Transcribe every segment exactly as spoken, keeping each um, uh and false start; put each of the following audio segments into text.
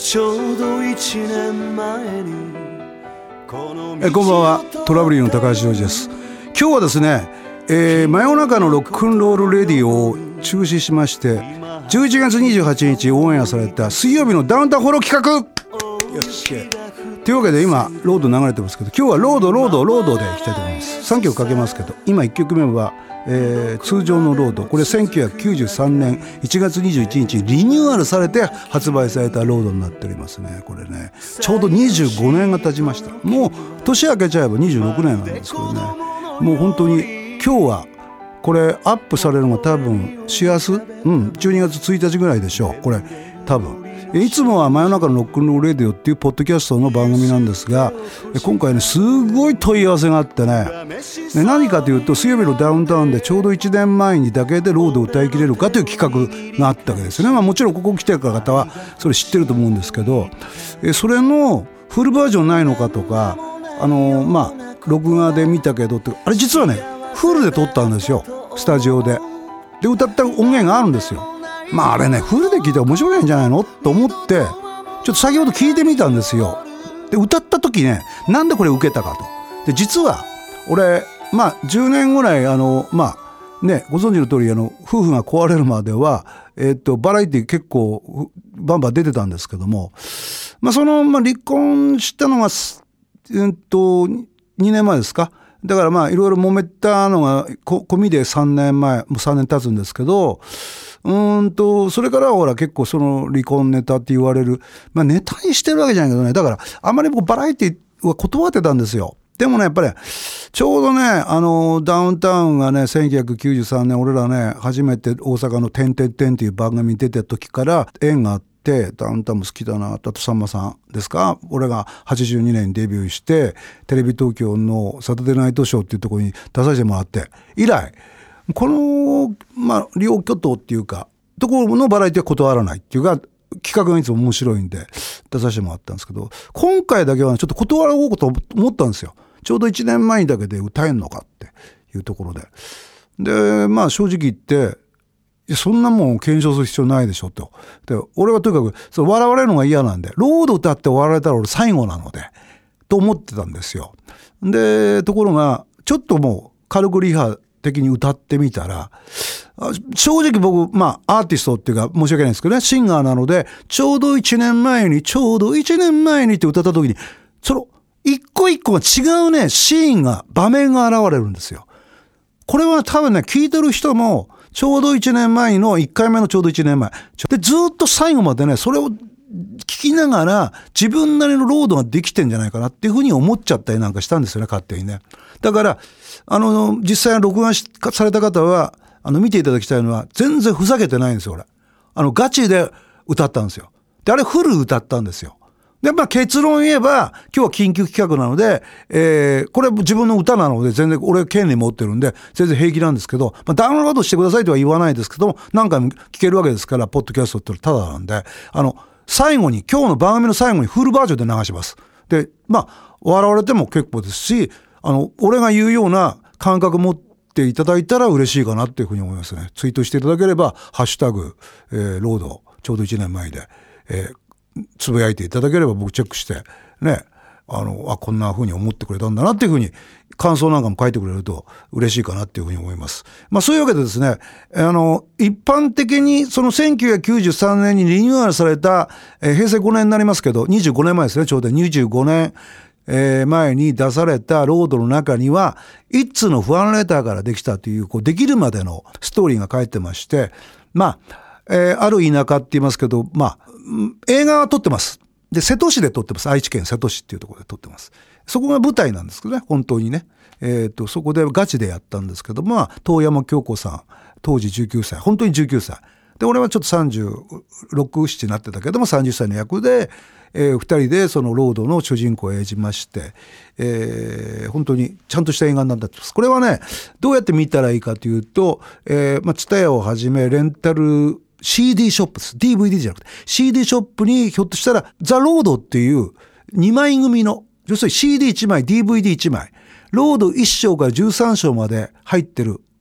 ちょうどいちねんまえにえこんばんは、トラブリーの高橋洋二です。今日はですね、えー、真夜中のロックンロールレディオを中止しまして、じゅういちがつにじゅうはちにちオンエアされた水曜日のダウンタウンホロ企画、よしというわけで今ロード流れてますけど、今日はロードロードロードでいきたいと思います。さんきょくかけますけど、今いっきょくめは、えー、通常のロード、これせんきゅうひゃくきゅうじゅうさんねんいちがつにじゅういちにちにリニューアルされて発売されたロードになっておりますね。これね、ちょうどにじゅうごねんが経ちました。もう年明けちゃえばにじゅうろくねんなんですけどね、もう本当に今日はこれアップされるのが多分しがつ、うん、じゅうにがつついたちぐらいでしょう。これ多分いつもは真夜中のロックンロールレディオっていうポッドキャストの番組なんですが、今回ねすごい問い合わせがあってね、何かというと水曜日のダウンタウンでちょうどいちねんまえにだけでロードを歌い切れるかという企画があったわけですよね。まあ、もちろんここ来てる方はそれ知ってると思うんですけど、それのフルバージョンないのかとか、あのー、まあ録画で見たけどって、あれ実はねフルで撮ったんですよ、スタジオで。で歌った音源があるんですよ。まああれねフルで聞いて面白いんじゃないのと思ってちょっと先ほど聞いてみたんですよ。で歌った時ね、なんでこれ受けたかと。で実は俺まあじゅうねんぐらいあのまあねご存知の通り、あの夫婦が壊れるまではえっとバラエティ結構バンバン出てたんですけども、まあそのまあ離婚したのがえっとにねんまえですか。だからまあいろいろ揉めたのが込みでさんねんまえ、もうさんねん経つんですけど、うーんとそれからはほら結構その離婚ネタって言われる、まあネタにしてるわけじゃないけどね、だからあんまり僕バラエティは断ってたんですよ。でもねやっぱりちょうどねあのダウンタウンがねせんきゅうひゃくきゅうじゅうさんねん俺らね初めて大阪のてんてんてんっていう番組に出てた時から縁があって、ダウンタウンも好きだな。あとさんまさんですか、俺がはちじゅうにねんにデビューしてテレビ東京のサタデーナイトショーっていうところに出させてもらって以来、このまあ両巨頭っていうかところのバラエティは断らないっていうか、企画がいつも面白いんで出させてもらったんですけど、今回だけは、ね、ちょっと断ろうと思ったんですよ。ちょうどいちねんまえにだけで歌えんのかっていうところで。でまあ正直言ってそんなもん検証する必要ないでしょと。で俺はとにかくそ笑われるのが嫌なんで、ロード歌って笑われたら俺最後なのでと思ってたんですよ。でところがちょっともう軽くリハ的に歌ってみたら、正直僕まあアーティストっていうか申し訳ないんですけどね、シンガーなのでちょうどいちねんまえにちょうどいちねんまえにって歌った時にその一個一個が違うねシーンが場面が現れるんですよ。これは多分ね聞いてる人もちょうどいちねんまえのいっかいめのちょうどいちねんまえでずっと最後までねそれを聞きながら自分なりのロードができてんじゃないかなっていうふうに思っちゃったりなんかしたんですよね、勝手にね。だからあの実際録画された方はあの見ていただきたいのは全然ふざけてないんですよ。俺あのガチで歌ったんですよ。であれフル歌ったんですよ。でまあ結論言えば今日は緊急企画なので、えー、これ自分の歌なので全然俺権利持ってるんで全然平気なんですけど、まあ、ダウンロードしてくださいとは言わないですけども何回も聞けるわけですから、ポッドキャストってただなんで、あの最後に今日の番組の最後にフルバージョンで流します。でまあ笑われても結構ですし、あの俺が言うような感覚持っていただいたら嬉しいかなっていうふうに思いますね。ツイートしていただければハッシュタグ、えー、ロードちょうどいちねんまえで、えーつぶやいていただければ僕チェックしてね、あのあこんな風に思ってくれたんだなっていう風に感想なんかも書いてくれると嬉しいかなっていう風に思います。まあそういうわけでですね、あの一般的にそのせんきゅうひゃくきゅうじゅうさんねんにリニューアルされた、えー、へいせいごねんになりますけどにじゅうごねんまえですね、ちょうどにじゅうごねん、えー、前に出されたロードの中には一通のファンレターからできたという、こうできるまでのストーリーが書いてまして、まあえー、ある田舎って言いますけど、まあ映画は撮ってます。で瀬戸市で撮ってます。愛知県瀬戸市っていうところで撮ってます。そこが舞台なんですけどね、本当にね、えー、とそこでガチでやったんですけど、まあ遠山京子さん当時じゅうきゅうさい、本当にじゅうきゅうさいで俺はちょっとさんじゅうろく、ななになってたけどもさんじゅっさいの役で、えー、ふたりでそのロードの主人公を演じまして、えー、本当にちゃんとした映画になってます。これはねどうやって見たらいいかというと、えーまあ、ツタヤをはじめレンタルシーディー ショップです。 ディーブイディー じゃなくて シーディー ショップにひょっとしたらザ・ロードっていうにまい組の、要するに シーディーいちまい ディーブイディーいちまいロードいっしょうからじゅうさんしょうまで入ってる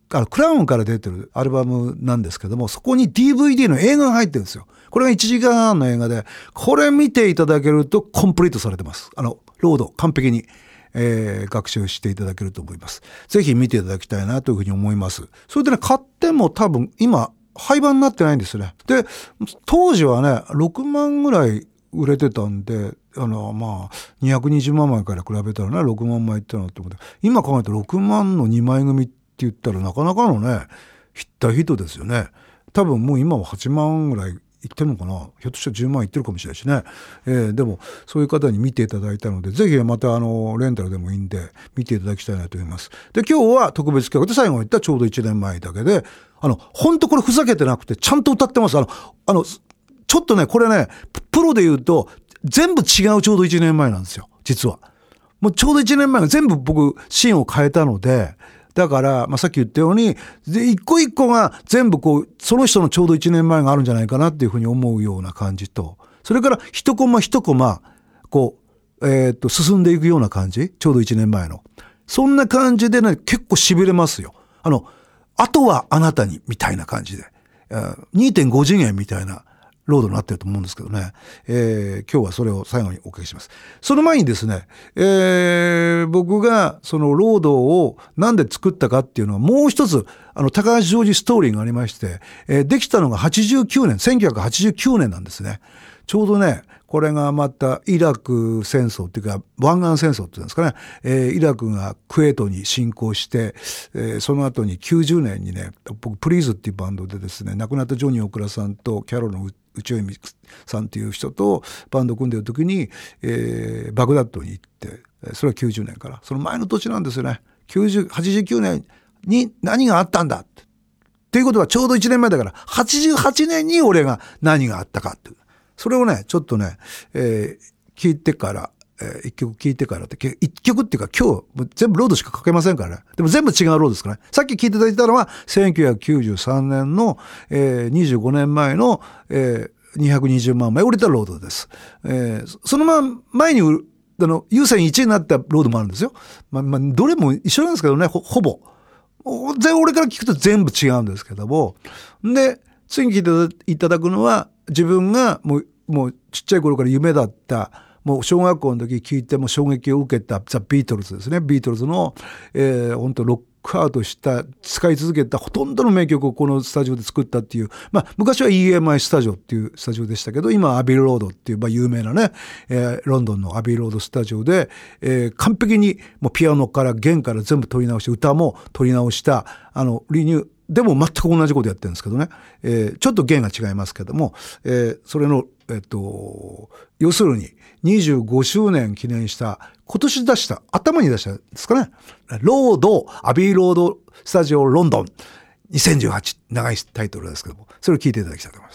あのクラウンから出てるアルバムなんですけども、そこに ディーブイディー の映画が入ってるんですよ。これがいちじかんはんの映画で、これ見ていただけるとコンプリートされてます。あのロード完璧に、えー、学習していただけると思います。ぜひ見ていただきたいなというふうに思います。それでね、買っても多分今廃盤になってないんですよね。で当時はねろくまんぐらい売れてたんで、あのまあにひゃくにじゅうまんまいから比べたらねろくまんまいってなって思って、今考えてろくまんのにまい組って言ったらなかなかのねヒッターヒットですよね。多分もう今ははちまんぐらいいってるのかな、ひょっとしたらじゅうまんいってるかもしれないしね、えー、でもそういう方に見ていただいたので、ぜひまたあのレンタルでもいいんで見ていただきたいなと思います。で今日は特別企画で最後言ったちょうどいちねんまえだけで、あの本当これふざけてなくてちゃんと歌ってます。あのあのちょっとねこれねプロで言うと全部違うちょうどいちねんまえなんですよ実は。もうちょうどいちねんまえが全部僕シーンを変えたので、だから、まあ、さっき言ったようにで一個一個が全部こうその人のちょうどいちねんまえがあるんじゃないかなっていうふうに思うような感じと、それから一コマ一コマこう、えー、っと進んでいくような感じ、ちょうどいちねんまえのそんな感じでね結構痺れますよ。あのあとはあなたにみたいな感じで にてんご 次元みたいなロードになってると思うんですけどね、えー、今日はそれを最後におかけします。その前にですね、えー、僕がそのロードをなんで作ったかっていうのはもう一つあの高橋ジョージストーリーがありまして、えー、できたのがはちじゅうきゅうねんせんきゅうひゃくはちじゅうきゅうねんなんですね。ちょうどねこれがまたイラク戦争っていうか湾岸戦争っていうんですかね、えー、イラクがクウェートに侵攻して、えー、その後にきゅうじゅうねんにね僕プリーズっていうバンドでですね、亡くなったジョニー・オクラさんとキャロルの宇宙美さんっていう人とバンド組んでる時に、えー、バグダッドに行って、それはきゅうじゅうねんからその前の年なんですよね。きゅうじゅう、はちじゅうきゅうねんに何があったんだっていうことはちょうどいちねんまえだからはちじゅうはちねんに俺が何があったかっていう、それをねちょっとね、えー、聞いてから、えー、一曲聞いてからって一曲っていうか今日全部ロードしかかけませんからね。でも全部違うロードですからね。さっき聞いていただいたのはせんきゅうひゃくきゅうじゅうさんねんの、えー、にじゅうごねんまえの、えー、にひゃくにじゅうまんまい売れたロードです。えー、その前にあの優先いちいになったロードもあるんですよ。まあ、まあ、どれも一緒なんですけどね、ほ、ほぼ全俺から聞くと全部違うんですけども、で次に聞いていただくのは自分がもう、もうちっちゃい頃から夢だったもう小学校の時聞いても衝撃を受けたザ・ビートルズですね。ビートルズの、えー、本当ロックアウトした使い続けたほとんどの名曲をこのスタジオで作ったっていう、まあ昔は イーエムアイ スタジオっていうスタジオでしたけど、今はアビーロードっていう、まあ、有名なね、えー、ロンドンのアビーロードスタジオで、えー、完璧にもうピアノから弦から全部取り直して歌も取り直したあのリニューでも全く同じことやってるんですけどね、えー、ちょっと弦が違いますけども、えー、それの、えっと、要するににじゅうごしゅうねん記念した今年出した頭に出したんですかね、ロードアビーロードスタジオロンドンにせんじゅうはち、長いタイトルですけども、それを聞いていただきたいと思います。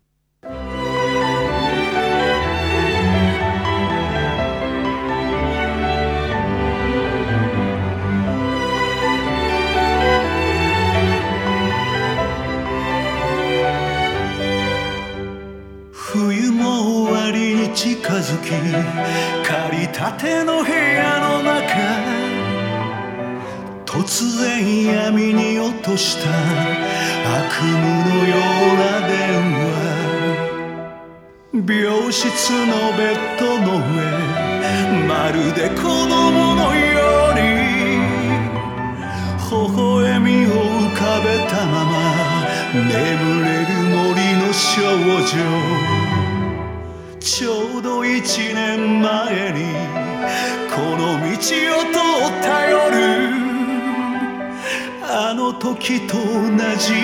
冬も終わりに近づき、借りたての部屋の中、突然闇に落とした悪夢のような電話、病室のベッドの上、まるで子供のように微笑みを浮かべたまま眠れる森の少女、ちょうど一年前にこの道を通った夜、あの時と同じように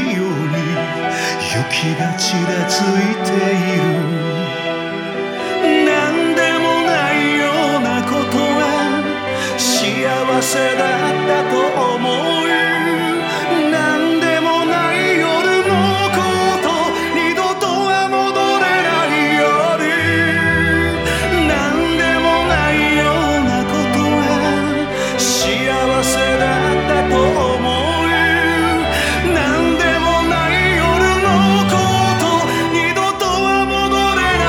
雪がちらついている。何でもないようなことは幸せだったと思う。何でもない夜のこと二度とは戻れない夜。何でもないようなことは幸せだったと思う。何でもない夜のこと二度とは戻れ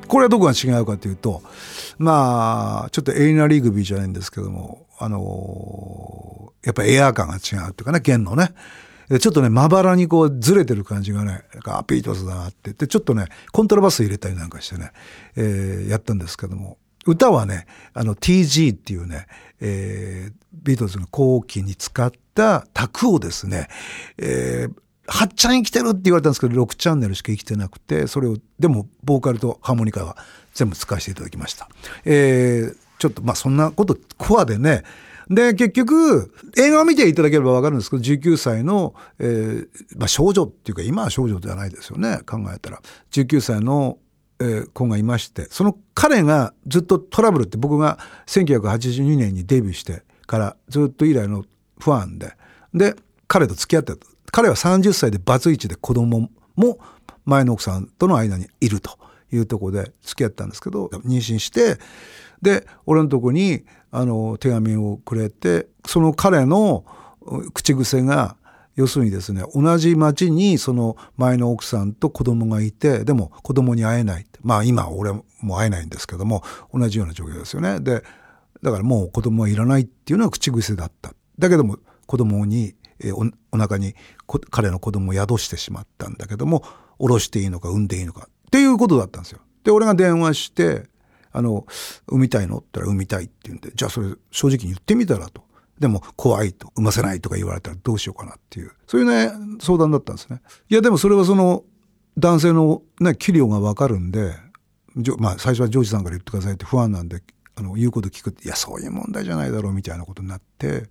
これはどこが違うかというと、まあちょっとエイナリグビーじゃないんですけども、あのー、やっぱりエア感が違うっていうかね、弦のね、ちょっとねまばらにこうずれてる感じがね、なんかビートルズだなってで、ちょっとねコントラバス入れたりなんかしてね、えー、やったんですけども、歌はねあの ティージー っていうね、えー、ビートルズの後期に使った卓をですね、えーはちちゃん生きてるって言われたんですけどろくチャンネルしか生きてなくて、それをでもボーカルとハーモニカは全部使わせていただきました。えー、ちょっとまあそんなことコアでね、で結局映画を見ていただければ分かるんですけど、じゅうきゅうさいの、えーまあ、少女っていうか今は少女ではないですよね、考えたらじゅうきゅうさいの、えー、子がいまして、その彼がずっとトラブルって、僕がせんきゅうひゃくはちじゅうにねんにデビューしてからずっと以来のファンで、で彼と付き合ってた。彼はさんじゅっさいでバツイチで子供も前の奥さんとの間にいるというところで付き合ったんですけど、妊娠して、で俺のとこにあの手紙をくれて、その彼の口癖が要するにですね、同じ町にその前の奥さんと子供がいて、でも子供に会えない、まあ今俺も会えないんですけども同じような状況ですよね。でだからもう子供はいらないっていうのが口癖だった。だけども子供にえー、お, お腹に彼の子供を宿してしまったんだけども、下ろしていいのか産んでいいのかっていうことだったんですよ。で俺が電話してあの産みたいのって言ったら産みたいって言うんで、じゃあそれ正直に言ってみたらと。でも怖いと、産ませないとか言われたらどうしようかなっていう、そういうね相談だったんですね。いやでもそれはその男性のね器量が分かるんで、まあ最初はジョージさんから言ってくださいって不安なんで、あの言うこと聞くって、いやそういう問題じゃないだろうみたいなことになって、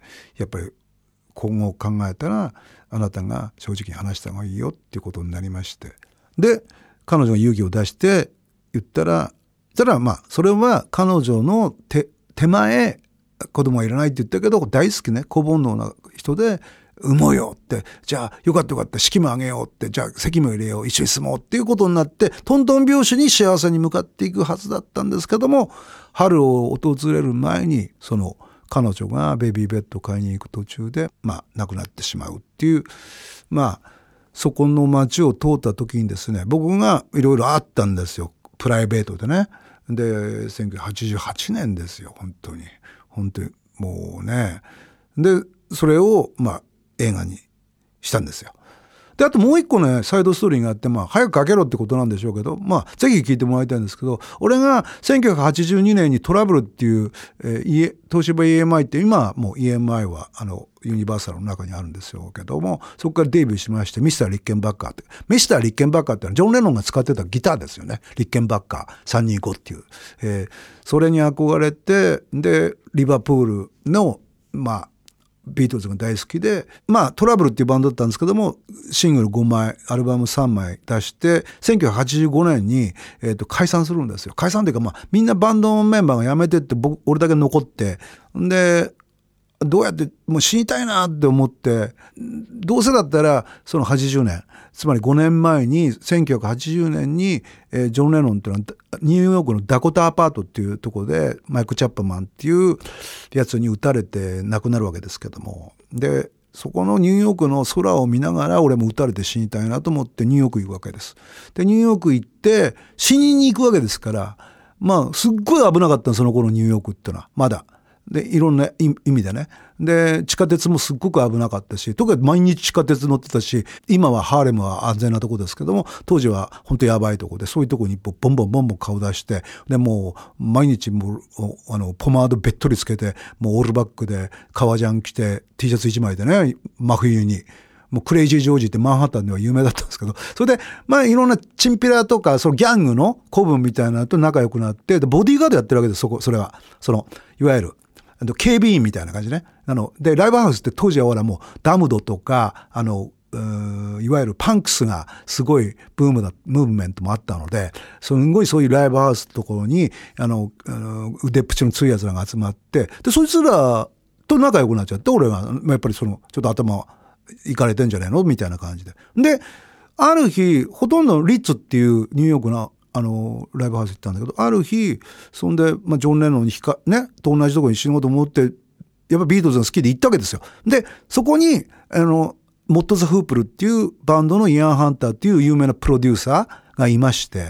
やっぱり今後考えたらあなたが正直に話した方がいいよっていうことになりまして、で彼女が勇気を出して言ったら、ただまあそれは彼女の 手, 手前子供はいらないって言ったけど大好きね、小煩悩な人で産もうよって、じゃあよかったよかった式もあげようって、じゃあ籍も入れよう、一緒に住もうっていうことになって、トントン拍子に幸せに向かっていくはずだったんですけども、春を訪れる前にその彼女がベビーベッドを買いに行く途中で、まあ、亡くなってしまうっていう、まあ、そこの街を通った時にですね、僕がいろいろあったんですよ。プライベートでね。で、せんきゅうひゃくはちじゅうはちねんですよ。本当に。本当に。もうね。で、それを、まあ、映画にしたんですよ。で、あともう一個ね、サイドストーリーがあって、まあ、早く書けろってことなんでしょうけど、まあ、ぜひ聞いてもらいたいんですけど、俺がせんきゅうひゃくはちじゅうにねんにトラブルっていう、えー、東芝 イーエムアイ って今はもう イーエムアイ はあのユニバーサルの中にあるんですよけども、そこからデビューしまして、ミスター・リッケンバッカーって、ミスター・リッケンバッカーってのはジョン・レノンが使ってたギターですよね。リッケンバッカーさんにんごっていう、えー、それに憧れて、でリバプールのまあビートルズが大好きで、まあトラブルっていうバンドだったんですけども、シングルごまいアルバムさんまい出してせんきゅうひゃくはちじゅうごねんに、えー、と解散するんですよ。解散というか、まあみんなバンドのメンバーが辞めてって、僕俺だけ残って、でどうやってもう死にたいなって思って、どうせだったらそのはちじゅうねん、つまりごねんまえにせんきゅうひゃくはちじゅうねんに、えー、ジョン・レノンっていうのはニューヨークのダコタアパートっていうところでマイク・チャップマンっていうやつに撃たれて亡くなるわけですけども、でそこのニューヨークの空を見ながら俺も撃たれて死にたいなと思ってニューヨーク行くわけです。でニューヨーク行って死にに行くわけですから、まあすっごい危なかったの、その頃ニューヨークってのはまだでいろんな意味でね。で地下鉄もすっごく危なかったし、特に毎日地下鉄乗ってたし、今はハーレムは安全なとこですけども、当時は本当やばいとこで、そういうとこにボンボンボンボン顔出して、でもう毎日もうあのポマードべっとりつけて、もうオールバックで革ジャン着て T シャツいちまいでね、真冬にもうクレイジージョージってマンハッタンでは有名だったんですけど、それでまあいろんなチンピラとかそのギャングの子分みたいなのと仲良くなって、でボディーガードやってるわけです。そこそれはそのいわゆる警備員みたいな感じね。あのでライブハウスって当時はほらもうダムドとかあのいわゆるパンクスがすごいブームだムーブメントもあったので、すごいそういうライブハウスのところにあの腕っぷちの強いやつらが集まって、でそいつらと仲良くなっちゃって、俺がやっぱりそのちょっと頭いかれてんじゃないのみたいな感じで、である日ほとんどリッツっていうニューヨークのあのライブハウス行ったんだけど、ある日そんで、まあ、ジョン・レノンにひか、ね、と同じところに仕事持ってやっぱビートルズが好きで行ったわけですよ。でそこにあのモット・ザ・フープルっていうバンドのイアン・ハンターっていう有名なプロデューサーがいまして、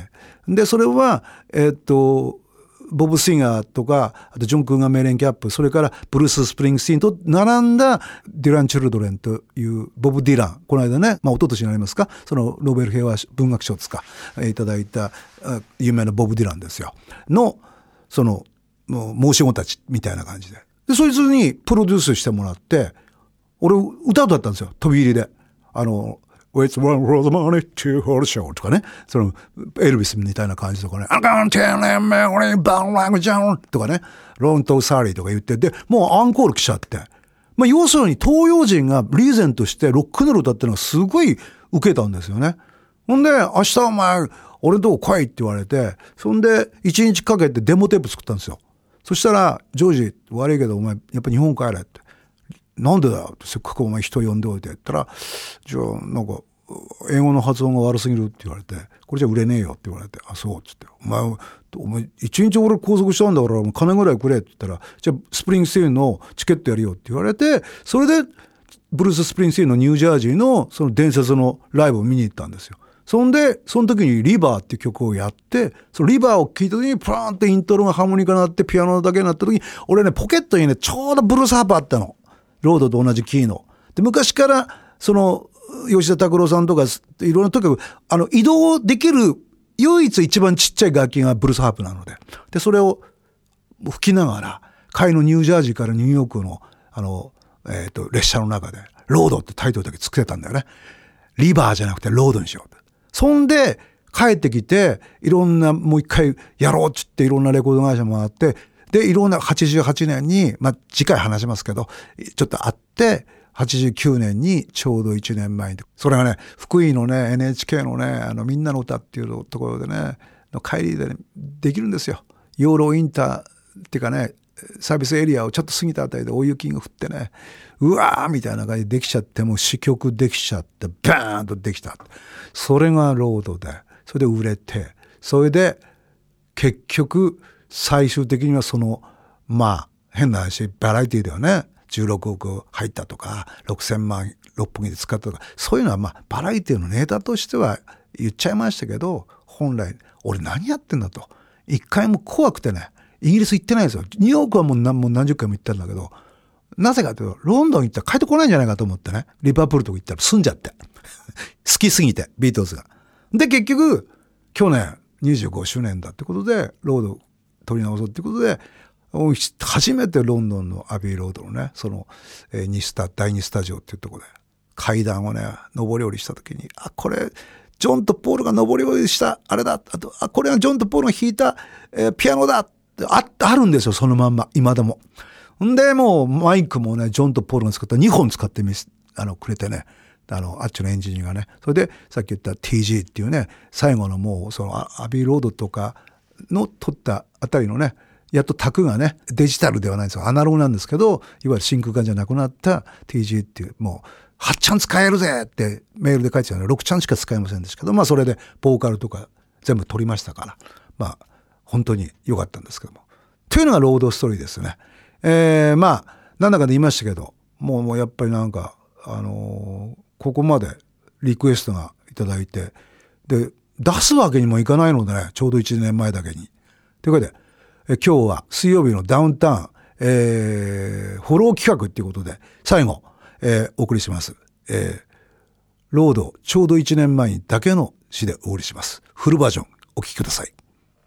でそれはえっとボブ・シンガーとかあとジョン・クーガン・メレン・キャップ、それからブルース・スプリングスティーンと並んだディラン・チルドレンというボブ・ディラン、この間ね、まあ、一昨年になりますか、そのノーベル平和文学賞ですか、いただいた有名なボブ・ディランですよのそのもう申し子たちみたいな感じで、でそいつにプロデュースしてもらって、俺歌だったんですよ、飛び入りで。あのIt's one for the money to hold show とかね、そのエルビスみたいな感じとかね、I'm gonna tell them Mary Brown like John とかね、ロンとサリーとか言って、でもうアンコール来ちゃって、まあ要するに東洋人がリーゼントしてロックンロール歌ってるのがすごい受けたんですよね。ほんで明日お前俺のとこ来いって言われて、そんで一日かけてデモテープ作ったんですよ。そしたらジョージ悪いけどお前やっぱ日本帰れって。なんでだよ、せっかくお前人呼んでおいてって言ったら、じゃあなんか英語の発音が悪すぎるって言われて、これじゃ売れねえよって言われて、あそうっつって、お前お前一日俺拘束したんだから金ぐらいくれって言ったら、じゃあスプリングスティーンのチケットやるよって言われて、それでブルース・スプリングスティーンのニュージャージーのその伝説のライブを見に行ったんですよ。そんでその時にリバーっていう曲をやって、そのリバーを聴いた時にプラーンってイントロがハーモニカになってピアノだけになった時に、俺ねポケットにねちょうどブルースハープあったの。ロードと同じキーの。で、昔から、その、吉田拓郎さんとか、いろんな、とにかく、あの、移動できる、唯一一番ちっちゃい楽器がブルースハープなので。で、それを吹きながら、帰りのニュージャージーからニューヨークの、あの、えっと、列車の中で、ロードってタイトルだけつけたんだよね。リバーじゃなくてロードにしようって。そんで、帰ってきて、いろんな、もう一回やろうって言って、いろんなレコード会社もあって、で、いろんなはちじゅうはちねんに、まあ、次回話しますけど、ちょっと会って、はちじゅうきゅうねんにちょうどいちねんまえに、それがね、福井のね、エヌエイチケー のね、あの、みんなの歌っていうところでね、の帰りで、ね、できるんですよ。養老インターっていうかね、サービスエリアをちょっと過ぎたあたりで大雪が降ってね、うわーみたいな感じでできちゃって、もう詩曲できちゃって、バーンとできた。それがロードで、それで売れて、それで結局、最終的にはそのまあ変な話バラエティではねじゅうろくおく入ったとかろくせんまん六本木で使ったとか、そういうのはまあバラエティのネタとしては言っちゃいましたけど、本来俺何やってんだと一回も怖くてね、イギリス行ってないですよ。ニューヨークはもう 何, もう何十回も行ったんだけど、なぜかというとロンドン行ったら帰ってこないんじゃないかと思ってね、リバプールとか行ったら住んじゃって好きすぎてビートルズが。で結局去年にじゅうごしゅうねんだってことでロード取り直そうってことで、初めてロンドンのアビーロードのね、その、えー、にスタだいにスタジオっていうところで階段をね上り下りした時に、あこれジョンとポールが上り下りしたあれだ、あとあこれがジョンとポールが弾いた、えー、ピアノだってああるんですよ、そのまんま今でも。んでもうマイクもねジョンとポールが使ったにほん使ってみあのくれてね、あのあっちのエンジニアがね、それでさっき言った ティージー っていうね、最後のもうそのアビーロードとかの撮ったあたりのね、やっとタクがねデジタルではないんですよ、アナログなんですけど、いわゆる真空管じゃなくなった ティージー っていう、もうはちちゃん使えるぜってメールで書いてたのでろくちゃんしか使えませんでしたけど、まあそれでボーカルとか全部取りましたから、まあ本当に良かったんですけども、というのがロードストーリーですね。えー、まあなんだかで言いましたけど、もうもうやっぱりなんかあのー、ここまでリクエストがいただいて、で出すわけにもいかないのでね、ちょうどいちねんまえだけに。ということで、え今日は水曜日のダウンタウン、えー、フォロー企画っていうことで、最後、えー、お送りします。えー、ロードちょうどいちねんまえにだけの詩でお送りします。フルバージョンお聴きください。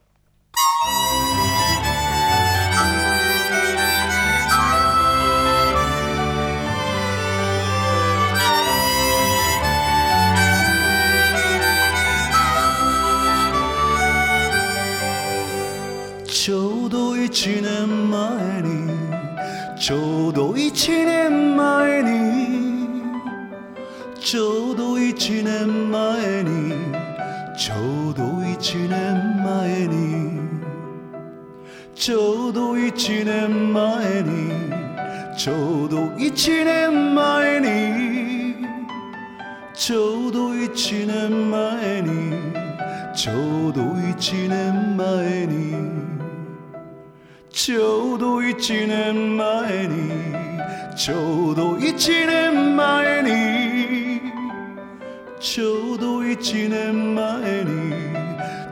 ちょうど一年前にちょうど一年前にちょうど一年前にちょうど一年前にちょうど一年前にちょうど一年前にちょうど一年前にちょうど一年前にちょうど一年前にちょうど一年前にちょうど一年前に